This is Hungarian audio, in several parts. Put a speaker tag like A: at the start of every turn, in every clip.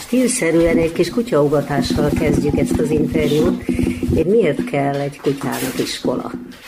A: Stílszerűen egy kis kutyaugatással kezdjük ezt az interjút. Miért kell egy kutyának iskola?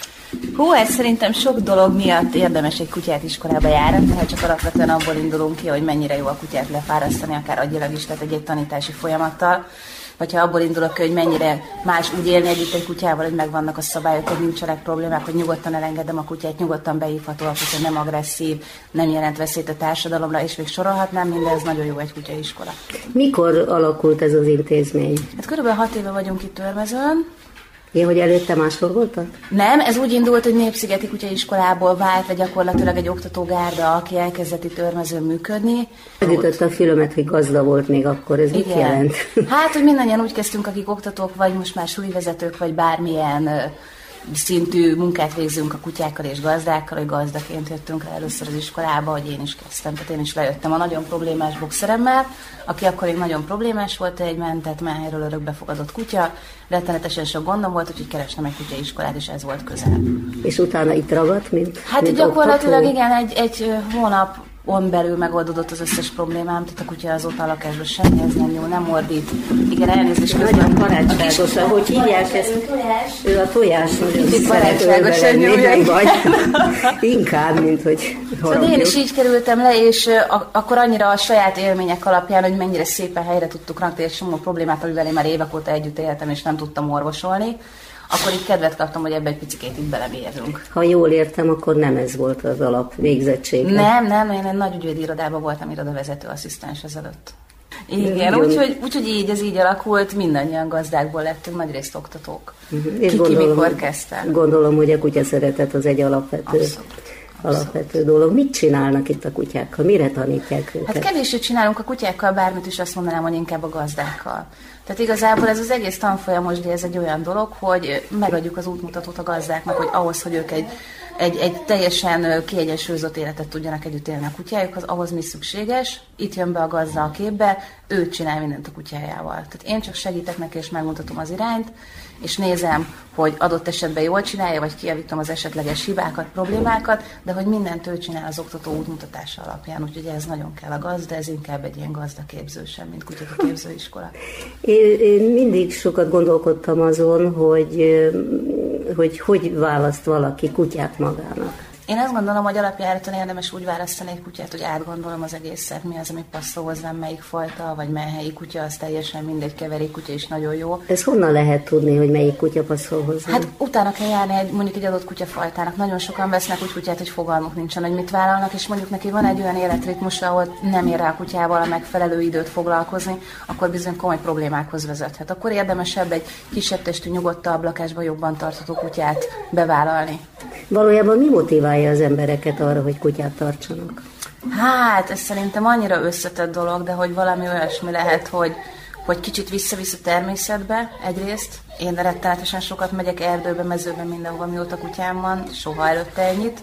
B: Hát szerintem sok dolog miatt érdemes egy kutyát iskolába járni, tehát csak alapvetően abból indulunk ki, hogy mennyire jó a kutyát lefárasztani, akár agyilag is, tehát egy tanítási folyamattal. Vagy ha abból indulok ki, hogy mennyire más úgy élni együtt egy kutyával, hogy megvannak a szabályok, hogy nincsenek problémák, hogy nyugodtan elengedem a kutyát, nyugodtan beívható a kutya, nem agresszív, nem jelent veszélyt a társadalomra, és még sorolhatnám, mindez nagyon jó egy kutyaiskola.
A: Mikor alakult ez az intézmény?
B: Hát körülbelül 6 éve vagyunk itt Őrmezőn.
A: Hogy előtte máshol voltak?
B: Nem, ez úgy indult, hogy Népszigeti kutyaiskolából vált le gyakorlatilag egy oktatógárda, aki elkezdett itt Őrmezőn működni.
A: Megütötte a fülemet, hogy gazda volt még akkor, ez mit jelent?
B: Hát, hogy mindannyian úgy kezdtünk, akik oktatók, vagy most már sulivezetők, vagy bármilyen szintű munkát végzünk a kutyákkal és gazdákkal, hogy gazdaként jöttünk le először az iskolába, hogy én is kezdtem. Tehát én is lejöttem a nagyon problémás boxeremmel, aki akkor még nagyon problémás volt, egy mentett menhelyről örökbefogadott kutya, rettenetesen sok gondom volt, úgyhogy kerestem egy kutyaiskolát, és ez volt közel.
A: És utána itt ragadt, mint
B: Hát gyakorlatilag oktató? Igen, egy hónapon belül megoldódott az összes problémám, tehát a kutya azóta a lakásban semmihez nem jó, nem ordít. Igen, elnézést közben.
A: Nagyon barátságos, ahogy hívják ezt. Ő a tojás, nagyon
B: barátságosan
A: nyúlja. Inkább, mint hogy
B: harapjuk. Én is így kerültem le, és akkor annyira a saját élmények alapján, hogy mennyire szépen helyre tudtuk rakni egy csomó problémát, amivel én már évek óta együtt éltem, és nem tudtam orvosolni. Akkor itt kedvet kaptam, hogy ebbe egy picikét itt belemérünk.
A: Ha jól értem, akkor nem ez volt az alap végzettség.
B: Nem, én egy nagy ügyvédi irodában voltam irodavezető asszisztens ezelőtt. Igen, úgyhogy így, ez így alakult, mindannyian gazdákból lettünk, nagyrészt oktatók.
A: És
B: mikor kezdte.
A: Gondolom, hogy a kutya szeretet az egy alapvető dolog. Mit csinálnak itt a kutyákkal? Mire tanítják őket?
B: Hát kevéssé csinálunk a kutyákkal, bármit is azt mondanám, hogy inkább a gazdákkal. Tehát igazából ez az egész tanfolyamos, de ez egy olyan dolog, hogy megadjuk az útmutatót a gazdáknak, hogy ahhoz, hogy ők egy teljesen kiegyensúlyozott életet tudjanak együtt élni a kutyájukhoz, ahhoz mi szükséges. Itt jön be a gazda a képbe, ő csinál mindent a kutyájával. Tehát én csak segítek neki, és megmutatom az irányt, és nézem, hogy adott esetben jól csinálja, vagy kijavítom az esetleges hibákat, problémákat, de hogy mindent ő csinál az oktató útmutatása alapján. Úgyhogy ez nagyon kell a gazda, ez inkább egy ilyen gazdaképző sem, mint kutyaképzőiskola.
A: Én mindig sokat gondolkodtam azon, hogy választ valaki kutyát magának.
B: Én azt gondolom, hogy alapjáraton érdemes úgy választani egy kutyát, hogy átgondolom az egészet, mi az, ami passzol hozzám, melyik fajta, vagy menhelyi kutya, az teljesen mindegy, keverék kutya is nagyon jó.
A: Ez honnan lehet tudni, hogy melyik kutya passzol hozzá?
B: Hát utána kell járni mondjuk egy adott kutyafajtának. Nagyon sokan vesznek úgy kutyát, hogy fogalmuk nincsen, hogy mit vállalnak, és mondjuk neki van egy olyan életritmus, ahol nem ér rá a kutyával a megfelelő időt foglalkozni, akkor bizony komoly problémákhoz vezethet. Akkor érdemesebb egy kisebb testű, nyugodtabb lakásban jobban tartható kutyát bevállalni.
A: Valójában mi motiválja az embereket arra, hogy kutyát tartsanak?
B: Hát, ez szerintem annyira összetett dolog, de hogy valami olyasmi lehet, hogy kicsit visszavisz a természetbe egyrészt. Én rettenetesen sokat megyek erdőbe, mezőbe, mindenhova, mióta kutyám van, soha előtte ennyit.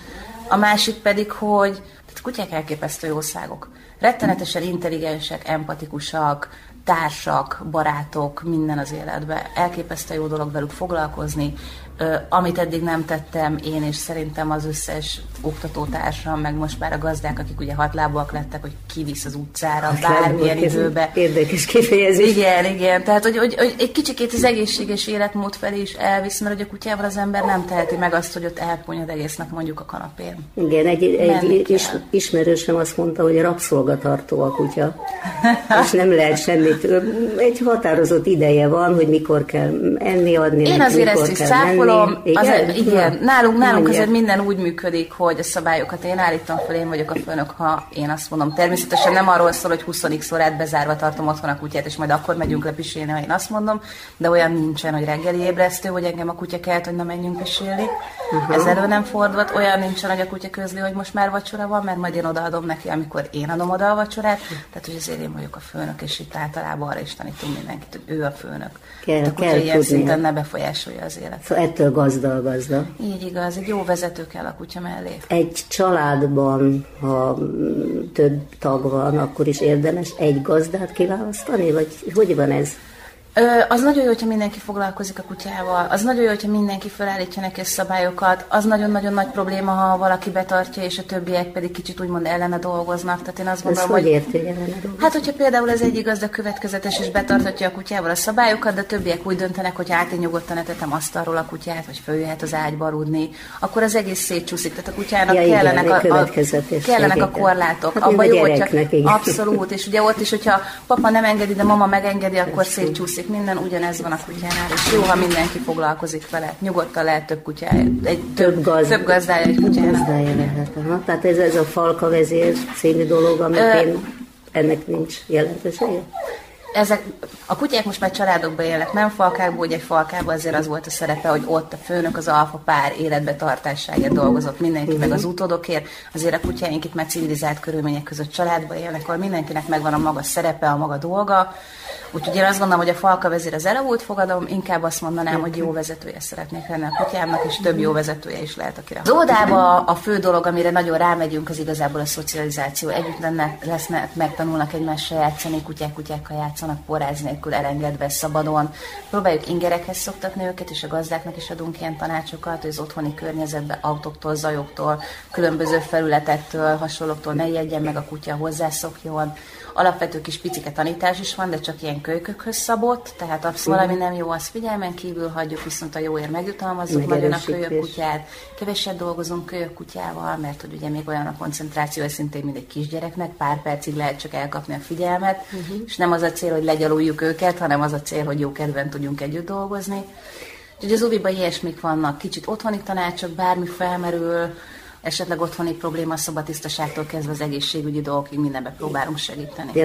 B: A másik pedig, hogy a kutyák elképesztő jószágok. Rettenetesen intelligensek, empatikusak, társak, barátok, minden az életben. Elképesztő jó dolog velük foglalkozni. Amit eddig nem tettem én, és szerintem az összes oktatótársam, meg most már a gazdák, akik ugye hatlábúak lettek, hogy kivisz az utcára, bármilyen időbe.
A: Érdekes kifejezés.
B: Igen. Tehát, hogy egy kicsikét az egészséges életmód felé is elvisz, mert hogy a kutyával az ember nem teheti meg azt, hogy ott elpunyad egész nap mondjuk a kanapén.
A: Igen, egy ismerősöm azt mondta, hogy rabszolgatartó a kutya, és nem lehet semmit. Egy határozott ideje van, hogy mikor kell enni, adni,
B: én azért
A: mikor
B: ezt is
A: kell
B: cáfolom.
A: Igen?
B: Nálunk azért minden úgy működik, hogy a szabályokat én állítom fel, én vagyok a főnök, ha én azt mondom. Természetesen nem arról szól, hogy 20x órát bezárva tartom otthon a kutyát, és majd akkor megyünk le pisilni, ha én azt mondom, de olyan nincsen, hogy reggeli ébresztő, hogy engem a kutya kelt, hogy na menjünk pisilni. Ez elő nem fordult. Olyan nincsen, hogy a kutya közli, hogy most már vacsora van, mert majd én odaadom neki, amikor én adom oda a vacsorát. Tehát, hogy azért én vagyok a főnök, és itt általában arra is tanítunk mindenkit, hogy ő a főnök. A kutya ilyen szinten ne befolyásolja az életet.
A: Szóval ettől gazda a gazda.
B: Így igaz, egy jó vezető kell a kutya mellé.
A: Egy családban, ha több tag van, akkor is érdemes egy gazdát kiválasztani, vagy hogy van ez?
B: Az nagyon jó, hogyha mindenki foglalkozik a kutyával, az nagyon jó, hogyha mindenki felállítja neki a szabályokat, az nagyon-nagyon nagy probléma, ha valaki betartja, és a többiek pedig kicsit úgymond ellene dolgoznak. Tehát én azt gondolom,
A: hogy érti, ellene dolgoznak?
B: Hát, hogyha például az egyik gazda következetes, és betartatja a kutyával a szabályokat, de a többiek úgy döntenek, hogy hát én nyugodtan etetem asztalról a kutyát, vagy följöhet az ágyba aludni, akkor az egész szétcsúszik. Tehát a kutyának kellenek a korlátok.
A: Hát abba jó, hogyha
B: abszolút, és ugye ott is, hogyha papa nem engedi, de mama megengedi, akkor szétcsúszik minden, ugyanez van a kutyánál, és jó, ha mindenki foglalkozik vele. Nyugodtan lehet több kutyája, több gazdája egy kutyánál.
A: Lehet. Tehát ez a falka vezér című dolog, amit ennek nincs jelentősége?
B: A kutyák most már családokban élnek, nem falkákból, ugye egy falkában azért az volt a szerepe, hogy ott a főnök, az alfa pár életbe tartásáért dolgozott mindenki, meg az utódokért. Azért a kutyáink itt már civilizált körülmények között családban élnek, ahol mindenkinek megvan a maga szerepe, a maga dolga. Úgyhogy én azt gondolom, hogy a falka vezér az elavult fogadom, inkább azt mondanám, hogy jó vezetője szeretnék lenni a kutyámnak, és több jó vezetője is lehet, akire. Az óvodába a fő dolog, amire nagyon rámegyünk, az igazából a szocializáció. Együtt lesznek, megtanulnak egymással játszani, kutyákkal játszanak, porráz nélkül, elengedve, szabadon. Próbáljuk ingerekhez szoktatni őket, és a gazdáknak is adunk ilyen tanácsokat, hogy az otthoni környezetben autóktól, zajoktól, különböző felületektől, hasonlóktól ne ijedjen meg a kutya, hozzászokjon. Alapvető kis picike tanítás is van, de csak ilyen kölykökhöz szabott, tehát abszolút valami nem jó, azt figyelmen kívül hagyjuk, viszont a jóért megjutalmazzuk nagyon a kölyökkutyát. Keveset dolgozunk kölyökkutyával, mert hogy ugye még olyan a koncentráció, szintén mint egy kisgyereknek, pár percig lehet csak elkapni a figyelmet, és nem az a cél, hogy legyaluljuk őket, hanem az a cél, hogy jó kedven tudjunk együtt dolgozni. Úgyhogy az UVI-ban ilyesmik vannak, kicsit otthoni tanácsok, bármi felmerül, esetleg otthoni probléma, szobatisztaságtól kezdve az egészségügyi dolgokig mindenben próbálunk segíteni.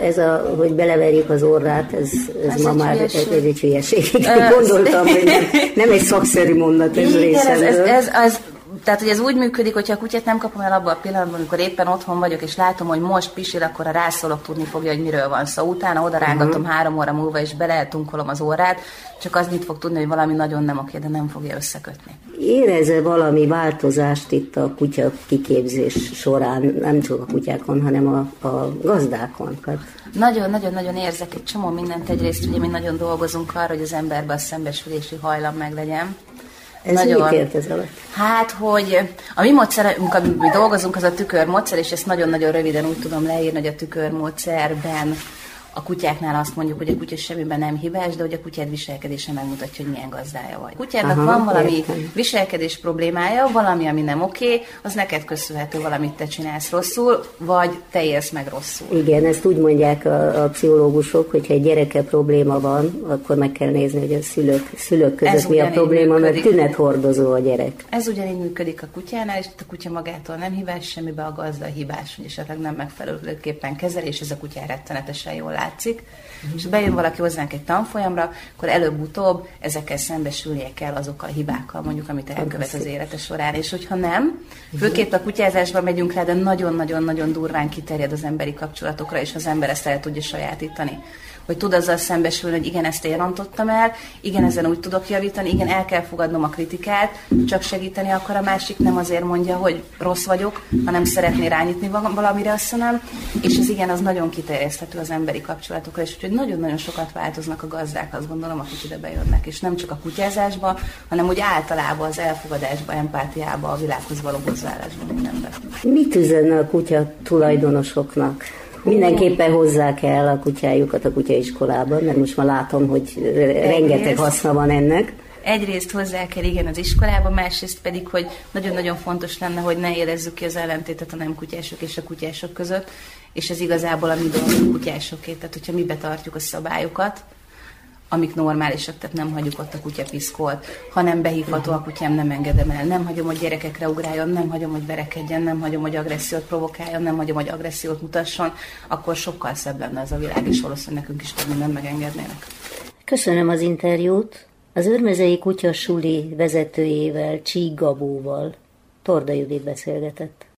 A: Hogy beleverjük az orrát, ez ma már egy hülyeség. Gondoltam, hogy nem egy szakszerű mondat ez részemről.
B: Tehát, hogy ez úgy működik, hogyha a kutyát nem kapom el abban a pillanatban, amikor éppen otthon vagyok, és látom, hogy most pisil, akkor a rászólok, tudni fogja, hogy miről van szó. Utána oda rángatom 3 óra múlva, és beletunkolom az órát, csak az mit fog tudni, hogy valami nagyon nem oké, de nem fogja összekötni.
A: Érez-e valami változást itt a kutya kiképzés során, nem csak a kutyákon, hanem a gazdákon?
B: Nagyon-nagyon érzek egy csomó mindent. Egyrészt ugye mi nagyon dolgozunk arra, hogy az emberben a szembesülési hajlam meglegyen.
A: Ez mit ért ez alatt?
B: Hát, hogy a mi módszerünk, amiben mi dolgozunk, az a tükörmódszer, és ezt nagyon-nagyon röviden úgy tudom leírni, hogy a tükörmódszerben a kutyáknál azt mondjuk, hogy a kutya semmiben nem hibás, de hogy a kutyád viselkedése megmutatja, hogy milyen gazdája vagy. A kutyádnak van valami viselkedés problémája, valami, ami nem oké, az neked köszönhető, valamit te csinálsz rosszul, vagy te élsz meg rosszul.
A: Igen, ezt úgy mondják a pszichológusok, hogyha egy gyerekkel probléma van, akkor meg kell nézni, hogy a szülők között mi a probléma, mert tünethordozó a gyerek. Ez
B: ugyanígy működik a kutyánál, és a kutya magától nem hibás, semmiben a gazda hibás, hogy esetleg nem megfelelőképpen kezel, és ez a kutyán rettenetesen jól látszik. És ha bejön valaki hozzánk egy tanfolyamra, akkor előbb-utóbb ezekkel szembesülnie kell, azokkal a hibákkal, mondjuk, amit elkövet az élete során. És hogyha nem, főképp a kutyázásban megyünk rá, de nagyon-nagyon-nagyon durván kiterjed az emberi kapcsolatokra, és az ember ezt el tudja sajátítani. Hogy tud azzal szembesülni, hogy igen, ezt én rontottam el, igen, ezen úgy tudok javítani, igen, el kell fogadnom a kritikát, csak segíteni akar a másik, nem azért mondja, hogy rossz vagyok, hanem szeretné rányitni valamire, azt nem, és az igen, az nagyon kiterjeszthető az emberi kapcsolatokra, és úgyhogy nagyon-nagyon sokat változnak a gazdák, azt gondolom, akik ide bejönnek, és nem csak a kutyázásba, hanem úgy általában az elfogadásba, empátiába, a világhoz való hozzáállásban, mindenben.
A: Mit üzenne a kutya tulajdonosoknak? Mindenképpen hozzák el a kutyájukat a kutyaiskolában, mert most már látom, hogy rengeteg haszna van ennek.
B: Egyrészt hozzá kell, igen, az iskolába, másrészt pedig, hogy nagyon-nagyon fontos lenne, hogy ne érezzük ki az ellentétet a nem kutyások és a kutyások között, és ez igazából a mi dolgunk kutyásoké. Tehát, hogyha mi betartjuk a szabályokat, amik normálisak, tehát nem hagyjuk ott a kutya piszkolt, hanem behívható a kutyám, nem engedem el, nem hagyom, hogy gyerekekre ugráljon, nem hagyom, hogy verekedjen, nem hagyom, hogy agressziót provokáljon, nem hagyom, hogy agressziót mutasson, akkor sokkal szebb lenne ez a világ, és valószínűleg nekünk is több mindent megengednének.
A: Köszönöm az interjút. Az Őrmezei Kutyasuli vezetőjével, Csík Gabóval Torda Judit beszélgetett.